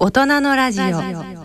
大人のラジオ。 はい、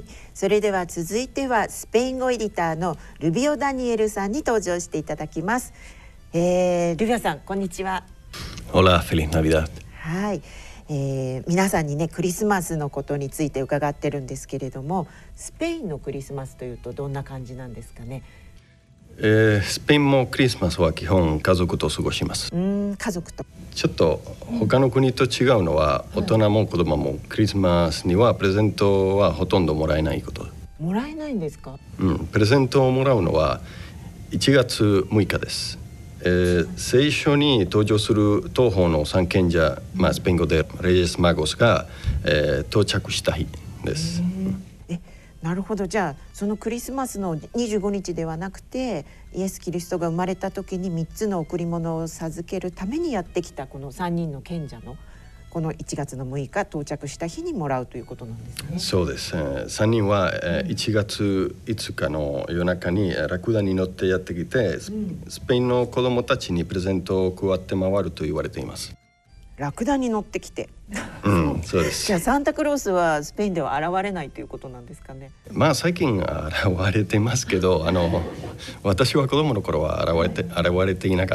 それでは続いてはスペイン語エディターのルビオ・ダニエルさんに登場していただきます。ルビオさん、こんにちは。 Hola, feliz Navidad。 はい、皆さんにねクリスマスのことについて伺ってるんですけれども、スペインのクリスマスというとどんな感じなんですかね。 スペインもクリスマスは基本家族と過ごします。 家族とちょっと他の国と違うのは、大人も子供もクリスマスにはプレゼントはほとんどもらえないこと。 もらえないんですか。 プレゼントをもらうのは1月6日です。聖書に登場する東方の三賢者、スペイン語でレイエス・マゴスが、到着した日です。 なるほど。じゃあそのクリスマスの25日ではなくて、イエス・キリストが生まれた時に3つの贈り物を授けるためにやってきたこの3人の賢者のこの1月の6日到着した日にもらうということなんですね。 そうです。3人は1月5日の夜中にラクダに乗ってやってきて、スペインの子供たちにプレゼントを配って回ると言われています。 ラクダに乗ってきてそうです。 じゃあサンタクロースはスペインでは現れないということなんですかね。 最近現れてますけど、私は子供の頃は現れていなかった。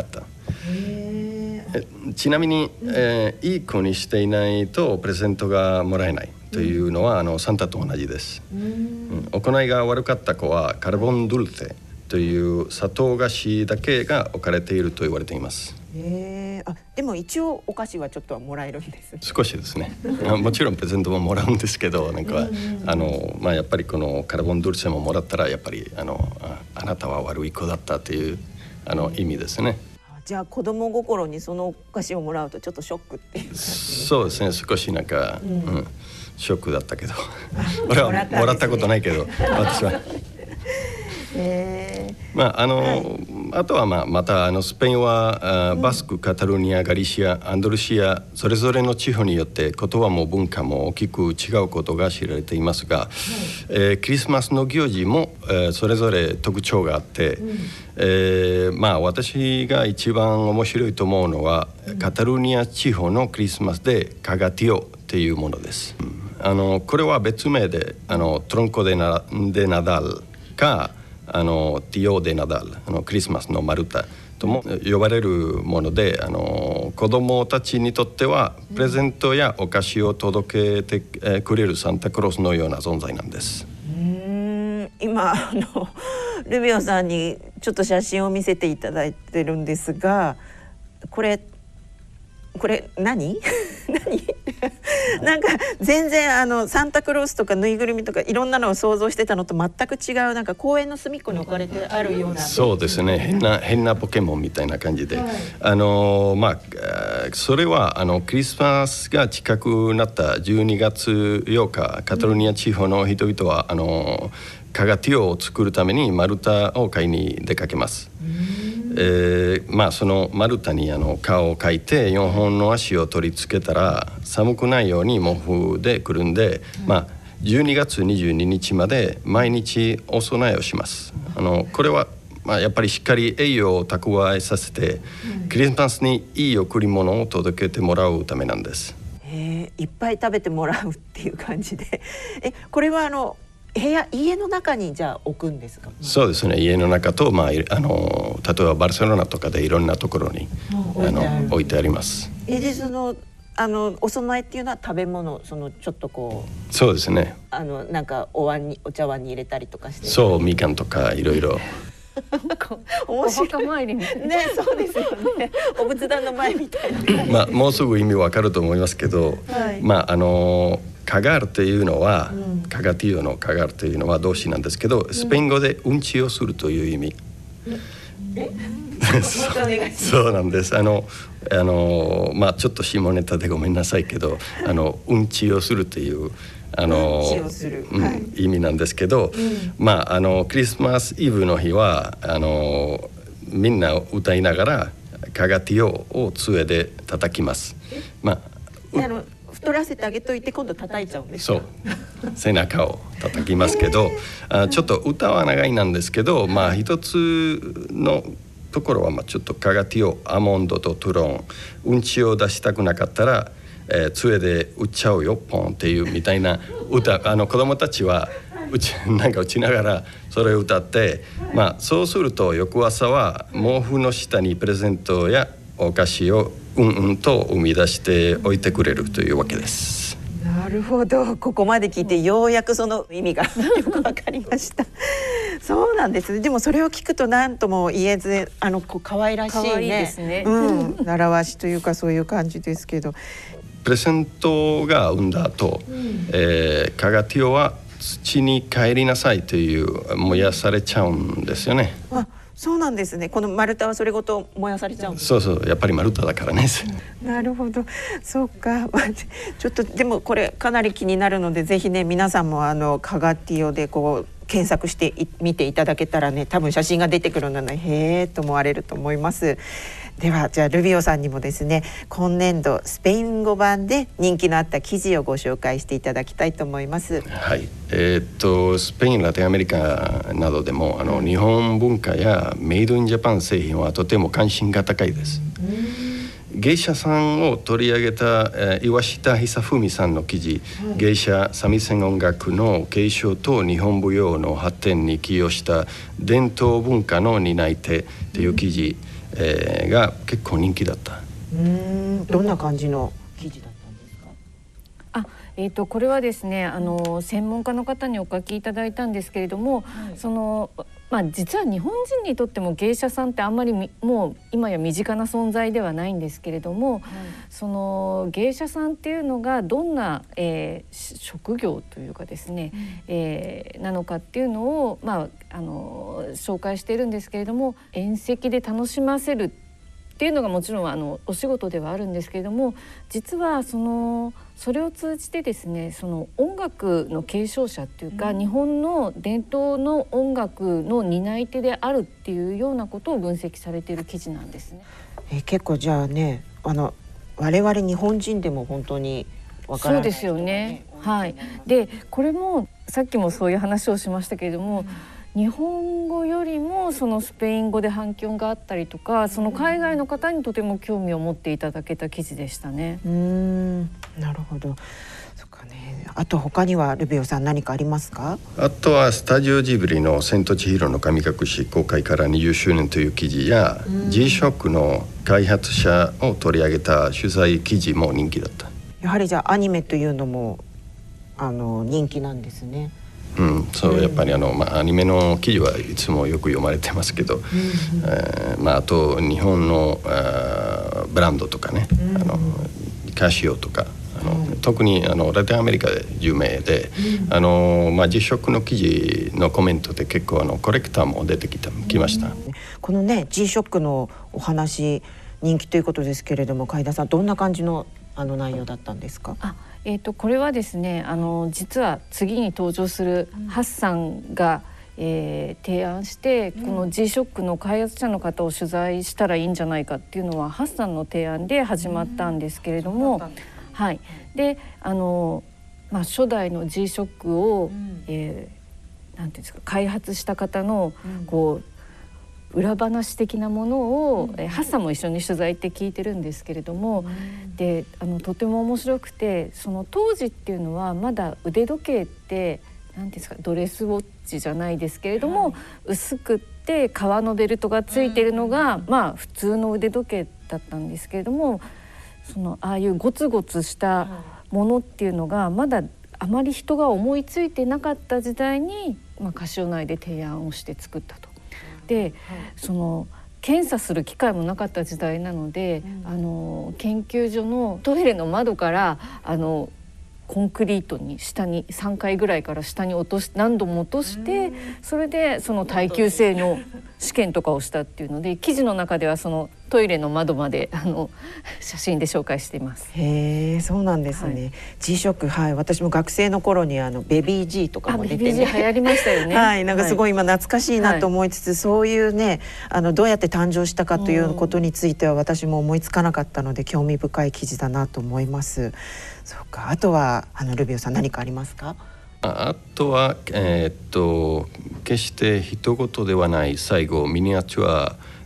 ちなみに、いい子にしていないとプレゼントがもらえないというのは、サンタと同じです。行いが悪かった子はカルボンドゥルテという砂糖菓子だけが置かれていると言われています。 でも一応お菓子はちょっとはもらえるんです。 少しですね。もちろんプレゼントももらうんですけど、やっぱりこのカルボンドゥルセももらったらやっぱりあなたは悪い子だったという意味ですね。 じゃあ子供心にそのお菓子をもらうとちょっとショックっていう。 そうですね。少しショックだったけど俺はもらったことないけど私は。あとはまたスペインはバスク、カタルーニャ、ガリシア、アンダルシアそれぞれの地方によって言葉も文化も大きく違うことが知られていますが、クリスマスの行事もそれぞれ特徴があって、私が一番面白いと思うのは、カタルーニャ地方のクリスマスでカガティオというものです。これは別名でトロンコデナダルかティオ・デ・ナダルクリスマスのマルタとも呼ばれるもので、子どもたちにとってはプレゼントやお菓子を届けてくれるサンタクロースのような存在なんです。 今ルビオさんにちょっと写真を見せていただいてるんですが、これ何なんか全然サンタクロースとかぬいぐるみとかいろんなのを想像してたのと全く違う、なんか公園の隅っこに置かれてあるような。 そうですね。変なポケモンみたいな感じで、それはクリスマスが近くなった12月8日、カタルーニャ地方の人々はカガティオを作るためにマルタを買いに出かけます。そのマルタに顔を描いて4本の足を取り付けたら寒くないように毛布でくるんで、12月22日まで毎日お供えをします。これはやっぱりしっかり栄養を蓄えさせて、クリスマスにいい贈り物を届けてもらうためなんです。 いっぱい食べてもらうっていう感じでこれは家の中にじゃあ置くんですか。 そうですね。家の中と、例えばバルセロナとかでいろんなところに置いてあります。 でお供えっていうのは食べ物、ちょっとこう。 そうですね。 なんかお茶碗に入れたりとかして。 そう、みかんとかいろいろ。 面白い。お墓参りみたいな。ね、そうですよね。お仏壇の前みたいな。 もうすぐ意味わかると思いますけど、カガールというのは、カガティオのカガールというのは動詞なんですけど、スペイン語でうんちをするという意味。そうなんです。ちょっと下ネタでごめんなさいけど、うんちをするという意味なんですけど、クリスマスイブの日はみんな歌いながらカガティオを杖で叩きます。 太らせてあげといて今度叩いちゃうんですか。 そう、背中を叩きますけどちょっと歌は長いなんですけど、一つのところはちょっとカガティオ、アーモンドとトゥロン、うんちを出したくなかったら、杖で打っちゃうよポンっていうみたいな歌、子供たちはなんか打ちながらそれを歌って、そうすると翌朝は毛布の下にプレゼントやお菓子をと生み出しておいてくれるというわけです。 なるほど、ここまで聞いてようやくその意味がよくわかりました。そうなんですね。でもそれを聞くと何とも言えず、可愛らしいね、 可愛いですね、 習わしというかそういう感じですけど、 プレゼントが生んだ後、カガティオは土に帰りなさいという燃やされちゃうんですよね。 そうなんですね。この丸太はそれごと燃やされちゃうんです。 そうやっぱり丸太だからね。 なるほど、そうか。ちょっとでもこれかなり気になるので、ぜひね皆さんもカガティオで検索して見ていただけたらね、多分写真が出てくるのでへーと思われると思います。ではじゃあルビオさんにもですね、今年度スペイン語版で人気のあった記事をご紹介していただきたいと思います。 はい、スペイン、ラテンアメリカなどでも日本文化やメイドインジャパン製品はとても関心が高いです。芸者さんを取り上げた、岩下久文さんの記事、芸者三味線音楽の継承と日本舞踊の発展に寄与した伝統文化の担い手という記事、が結構人気だった。 どんな感じの記事だったんですか？ これはですね、専門家の方にお書きいただいたんですけれども、実は日本人にとっても芸者さんってあんまりもう今や身近な存在ではないんですけれども、その芸者さんっていうのがどんな、職業というかですね、なのかっていうのを、紹介しているんですけれども、宴席で楽しませるっていうのがもちろんお仕事ではあるんですけれども、実はそれを通じてですね、その音楽の継承者っていうか、日本の伝統の音楽の担い手であるっていうようなことを分析されている記事なんですね。 結構じゃあね、我々日本人でも本当にわからない、 そうですよね。はい。でこれもさっきもそういう話をしましたけれども、日本語よりもそのスペイン語で反響があったりとか、その海外の方にとても興味を持っていただけた記事でしたね。 なるほど。そっかね。あと他にはルビオさん何かありますか？ あとはスタジオジブリの千と千尋の神隠し公開から20周年という記事や、G-SHOCK の開発者を取り上げた取材記事も人気だった。 やはりじゃあアニメというのも人気なんですね。 そうやっぱりアニメの記事はいつもよく読まれてますけど、あと日本のブランドとかね、カシオとか特にラテンアメリカで有名で、G-SHOCK の記事のコメントで結構コレクターも出てきました。 このね G-SHOCK のお話人気ということですけれども、海田さんどんな感じの内容だったんですか？ これはですね、実は次に登場するハッサンが、提案して、この G-SHOCK の開発者の方を取材したらいいんじゃないかっていうのはハッサンの提案で始まったんですけれども、はい。で初代の G-SHOCK を、なんていうんですか、開発した方の裏話的なものを、ハッサンも一緒に取材って聞いてるんですけれども、でとても面白くて、その当時っていうのはまだ腕時計って何ですか、ドレスウォッチじゃないですけれども、薄くって革のベルトがついてるのが、普通の腕時計だったんですけれども、ああいうゴツゴツしたものっていうのがまだあまり人が思いついてなかった時代に、カシオ内で提案をして作ったと。で検査する機会もなかった時代なので、研究所のトイレの窓からコンクリートに下に3階ぐらいから下に何度も落として、それでその耐久性の試験とかをしたっていうので、記事の中ではそのトイレの窓まで写真で紹介しています。 へえ、そうなんですね。G-SHOCK、はい、私も学生の頃にベビー G とかも出てね、 ベビー G 流行りましたよね。 はい、なんかすごい今懐かしいなと思いつつ、そういうねどうやって誕生したかということについては私も思いつかなかったので、興味深い記事だなと思います。そうか。あとはルビオさん何かありますか？ あとは、決して一言ではない最後ミニアチュア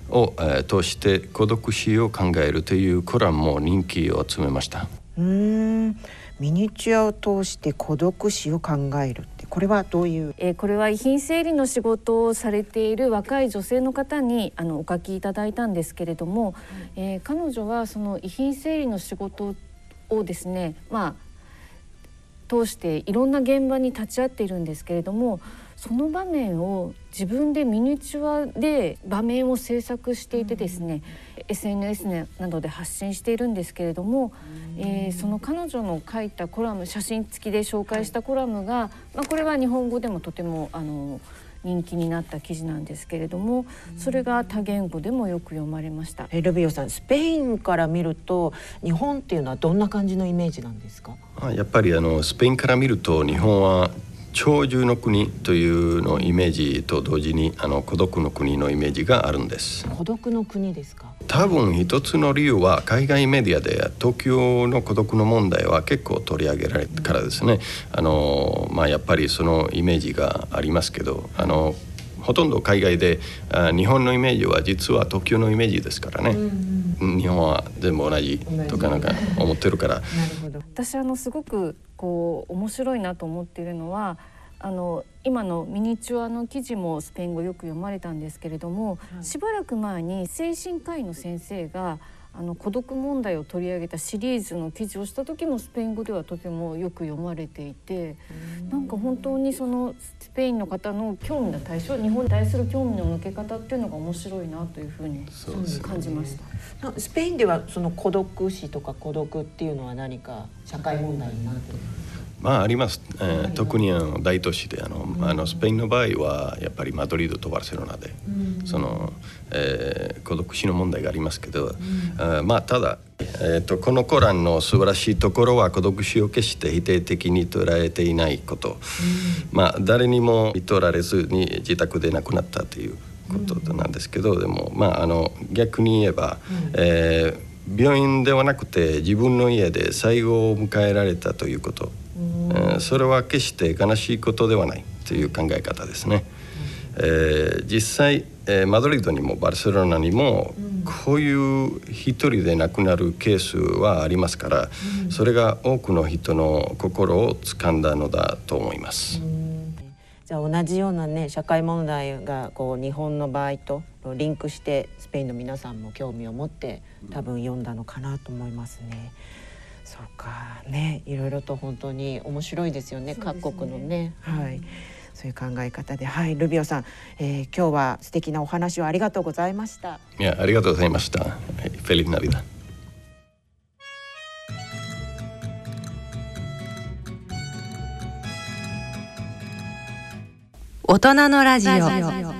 を通して孤独死を考えるというコラムも人気を集めました。 ミニチュアを通して孤独死を考えるって、これはどういう？ これは遺品整理の仕事をされている若い女性の方にお書きいただいたんですけれども、彼女はその遺品整理の仕事をですね、通していろんな現場に立ち会っているんですけれども、その場面を自分でミニチュアで場面を制作していてですね、SNS などで発信しているんですけれども、その彼女の書いたコラム、写真付きで紹介したコラムが、これは日本語でもとても人気になった記事なんですけれども、それが多言語でもよく読まれました。 ルビオさん、スペインから見ると日本っていうのはどんな感じのイメージなんですか？ やっぱりスペインから見ると日本は長寿の国というのイメージと同時に孤独の国のイメージがあるんです。 孤独の国ですか？ 多分一つの理由は海外メディアで東京の孤独の問題は結構取り上げられてからですね。やっぱりそのイメージがありますけど、ほとんど海外で日本のイメージは実は東京のイメージですからね。日本は全部同じとかなんか思ってるから。なるほど。私すごく面白いなと思っているのは、今のミニチュアの記事もスペイン語よく読まれたんですけれども、しばらく前に精神科医の先生が孤独問題を取り上げたシリーズの記事をした時もスペイン語ではとてもよく読まれていて、なんか本当にそのスペインの方の興味の対象、日本に対する興味の向け方っていうのが面白いなというふうに感じました。 スペインではその孤独死とか孤独っていうのは何か社会問題になっているんですか？ あります。特に大都市でスペインの場合はやっぱりマドリードとバルセロナで、孤独死の問題がありますけど、ただ、このコランの素晴らしいところは孤独死を決して否定的に捉えていないこと、誰にも看取られずに自宅で亡くなったということなんですけど、でも逆に言えば、病院ではなくて自分の家で最後を迎えられたということ、それは決して悲しいことではないという考え方ですね。実際、マドリードにもバルセロナにもこういう一人で亡くなるケースはありますから、それが多くの人の心を掴んだのだと思います。 じゃあ同じようなね、社会問題が日本の場合とリンクしてスペインの皆さんも興味を持って多分読んだのかなと思いますね。そうかね、いろいろと本当に面白いですよね、各国のね、そういう考え方で、ルビオさん、今日は素敵なお話をありがとうございました。 ありがとうございました。フェリスナビダ。 大人のラジオ。